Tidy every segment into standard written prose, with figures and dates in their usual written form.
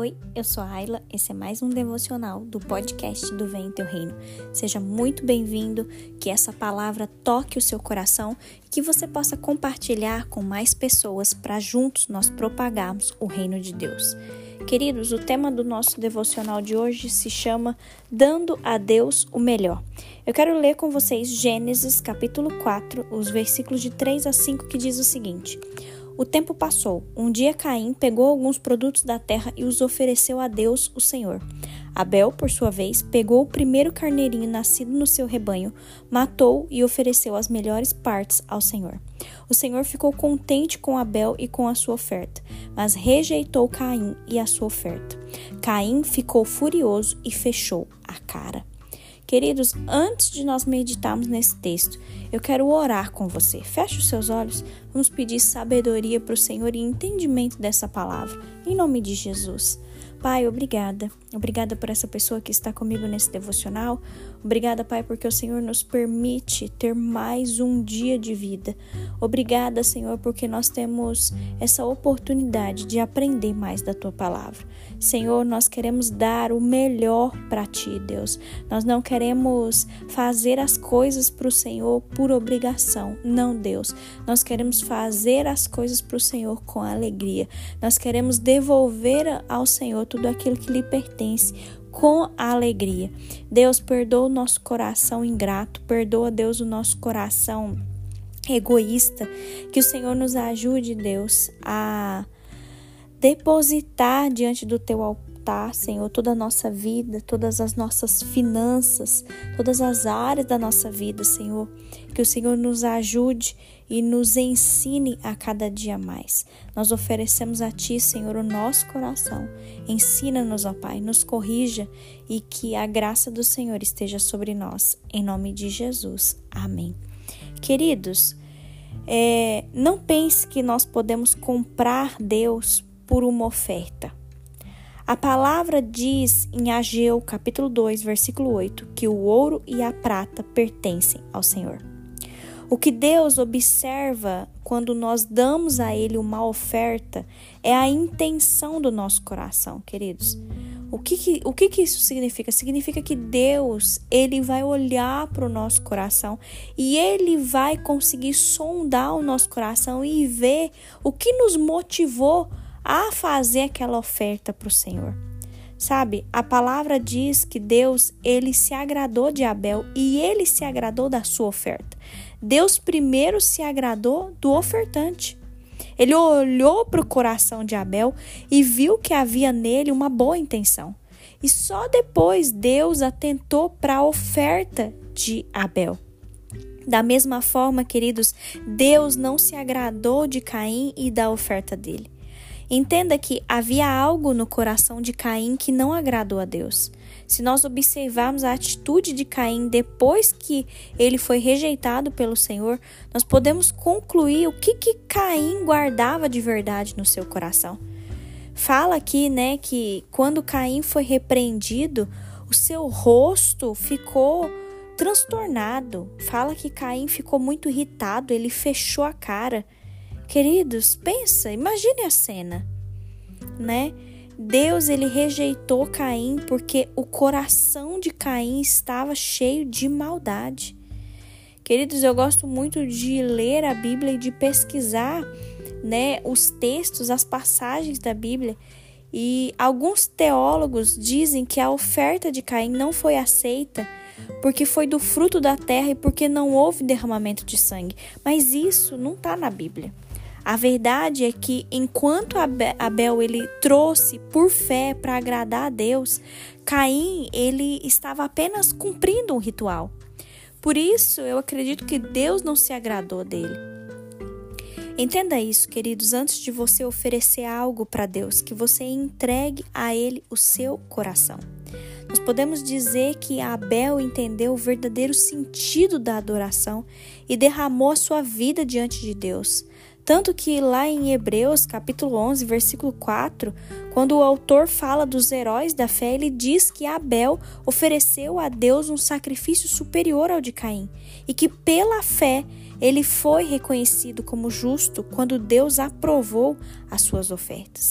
Oi, eu sou a Ayla, esse é mais um devocional do podcast do Vem Teu Reino. Seja muito bem-vindo, que essa palavra toque o seu coração e que você possa compartilhar com mais pessoas para juntos nós propagarmos o reino de Deus. Queridos, o tema do nosso devocional de hoje se chama Dando a Deus o Melhor. Eu quero ler com vocês Gênesis capítulo 4, os versículos de 3 a 5, que diz o seguinte: O tempo passou. Um dia Caim pegou alguns produtos da terra e os ofereceu a Deus, o Senhor. Abel, por sua vez, pegou o primeiro carneirinho nascido no seu rebanho, matou e ofereceu as melhores partes ao Senhor. O Senhor ficou contente com Abel e com a sua oferta, mas rejeitou Caim e a sua oferta. Caim ficou furioso e fechou a cara. Queridos, antes de nós meditarmos nesse texto, eu quero orar com você. Feche os seus olhos, vamos pedir sabedoria para o Senhor e entendimento dessa palavra. Em nome de Jesus. Pai, obrigada. Obrigada por essa pessoa que está comigo nesse devocional. Obrigada, Pai, porque o Senhor nos permite ter mais um dia de vida. Obrigada, Senhor, porque nós temos essa oportunidade de aprender mais da Tua palavra. Senhor, nós queremos dar o melhor para Ti, Deus. Nós não queremos fazer as coisas para o Senhor por obrigação. Não, Deus. Nós queremos fazer as coisas para o Senhor com alegria. Nós queremos devolver ao Senhor tudo aquilo que lhe pertence com alegria. Deus, perdoa o nosso coração ingrato, perdoa, Deus, o nosso coração egoísta, que o Senhor nos ajude, Deus, a depositar diante do Teu altar, Senhor, toda a nossa vida, todas as nossas finanças, todas as áreas da nossa vida, Senhor, que o Senhor nos ajude e nos ensine a cada dia mais. Nós oferecemos a Ti, Senhor, o nosso coração. Ensina-nos, ó Pai, nos corrija e que a graça do Senhor esteja sobre nós. Em nome de Jesus. Amém. Queridos, não pense que nós podemos comprar Deus por uma oferta. A palavra diz em Ageu, capítulo 2, versículo 8, que o ouro e a prata pertencem ao Senhor. O que Deus observa quando nós damos a Ele uma oferta é a intenção do nosso coração, queridos. O que isso significa? Significa que Deus, Ele vai olhar para o nosso coração e Ele vai conseguir sondar o nosso coração e ver o que nos motivou a fazer aquela oferta para o Senhor. Sabe, a palavra diz que Deus, Ele se agradou de Abel e Ele se agradou da sua oferta. Deus primeiro se agradou do ofertante. Ele olhou para o coração de Abel e viu que havia nele uma boa intenção. E só depois Deus atentou para a oferta de Abel. Da mesma forma, queridos, Deus não se agradou de Caim e da oferta dele. Entenda que havia algo no coração de Caim que não agradou a Deus. Se nós observarmos a atitude de Caim depois que ele foi rejeitado pelo Senhor, nós podemos concluir o que Caim guardava de verdade no seu coração. Fala aqui, que quando Caim foi repreendido, o seu rosto ficou transtornado. Fala que Caim ficou muito irritado, ele fechou a cara. Queridos, imagine a cena, Deus, ele rejeitou Caim porque o coração de Caim estava cheio de maldade. Queridos, eu gosto muito de ler a Bíblia e de pesquisar, os textos, as passagens da Bíblia. E alguns teólogos dizem que a oferta de Caim não foi aceita porque foi do fruto da terra e porque não houve derramamento de sangue. Mas isso não está na Bíblia. A verdade é que enquanto Abel ele trouxe por fé para agradar a Deus, Caim ele estava apenas cumprindo um ritual. Por isso eu acredito que Deus não se agradou dele. Entenda isso, queridos, antes de você oferecer algo para Deus, que você entregue a Ele o seu coração. Nós podemos dizer que Abel entendeu o verdadeiro sentido da adoração e derramou a sua vida diante de Deus. Tanto que lá em Hebreus, capítulo 11, versículo 4, quando o autor fala dos heróis da fé, ele diz que Abel ofereceu a Deus um sacrifício superior ao de Caim e que pela fé ele foi reconhecido como justo quando Deus aprovou as suas ofertas.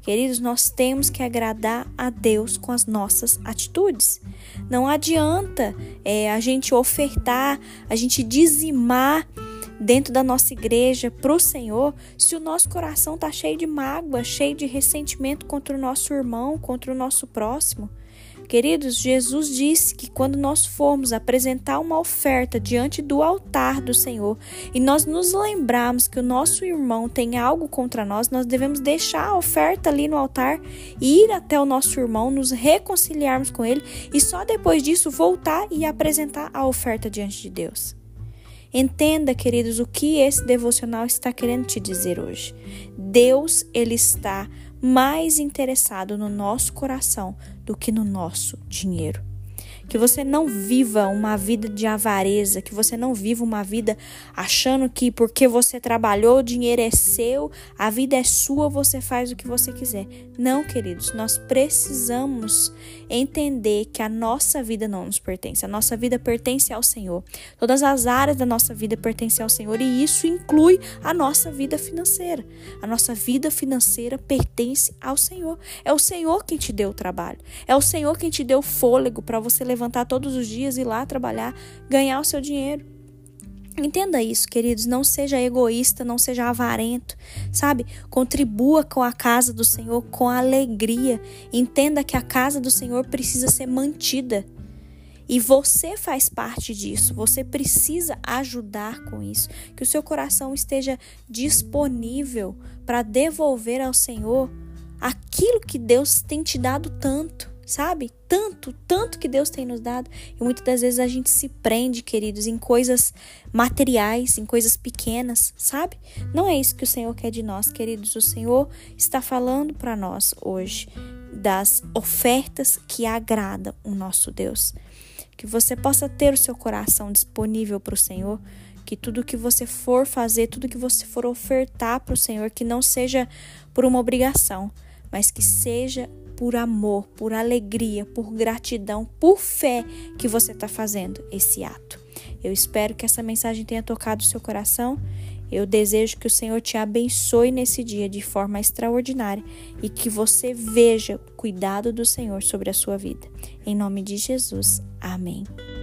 Queridos, nós temos que agradar a Deus com as nossas atitudes. Não adianta a gente ofertar, a gente dizimar dentro da nossa igreja para o Senhor, se o nosso coração está cheio de mágoa, cheio de ressentimento contra o nosso irmão, contra o nosso próximo. Queridos, Jesus disse que quando nós formos apresentar uma oferta diante do altar do Senhor e nós nos lembrarmos que o nosso irmão tem algo contra nós, nós devemos deixar a oferta ali no altar, ir até o nosso irmão, nos reconciliarmos com ele e só depois disso voltar e apresentar a oferta diante de Deus. Entenda, queridos, o que esse devocional está querendo te dizer hoje. Deus, Ele está mais interessado no nosso coração do que no nosso dinheiro. Que você não viva uma vida de avareza, que você não viva uma vida achando que porque você trabalhou, o dinheiro é seu, a vida é sua, você faz o que você quiser. Não, queridos, nós precisamos entender que a nossa vida não nos pertence, a nossa vida pertence ao Senhor. Todas as áreas da nossa vida pertencem ao Senhor e isso inclui a nossa vida financeira. A nossa vida financeira pertence ao Senhor. É o Senhor quem te deu o trabalho, é o Senhor quem te deu fôlego para você levantar todos os dias, ir lá trabalhar, ganhar o seu dinheiro. Entenda isso, queridos, não seja egoísta, não seja avarento, sabe? Contribua com a casa do Senhor com alegria. Entenda que a casa do Senhor precisa ser mantida. E você faz parte disso, você precisa ajudar com isso. Que o seu coração esteja disponível para devolver ao Senhor aquilo que Deus tem te dado tanto. Sabe? Tanto que Deus tem nos dado. E muitas das vezes a gente se prende, queridos, em coisas materiais, em coisas pequenas, sabe? Não é isso que o Senhor quer de nós, queridos. O Senhor está falando para nós hoje das ofertas que agradam o nosso Deus. Que você possa ter o seu coração disponível para o Senhor. Que tudo que você for fazer, tudo que você for ofertar para o Senhor, que não seja por uma obrigação, mas que seja por amor, por alegria, por gratidão, por fé que você está fazendo esse ato. Eu espero que essa mensagem tenha tocado o seu coração. Eu desejo que o Senhor te abençoe nesse dia de forma extraordinária e que você veja o cuidado do Senhor sobre a sua vida. Em nome de Jesus, amém.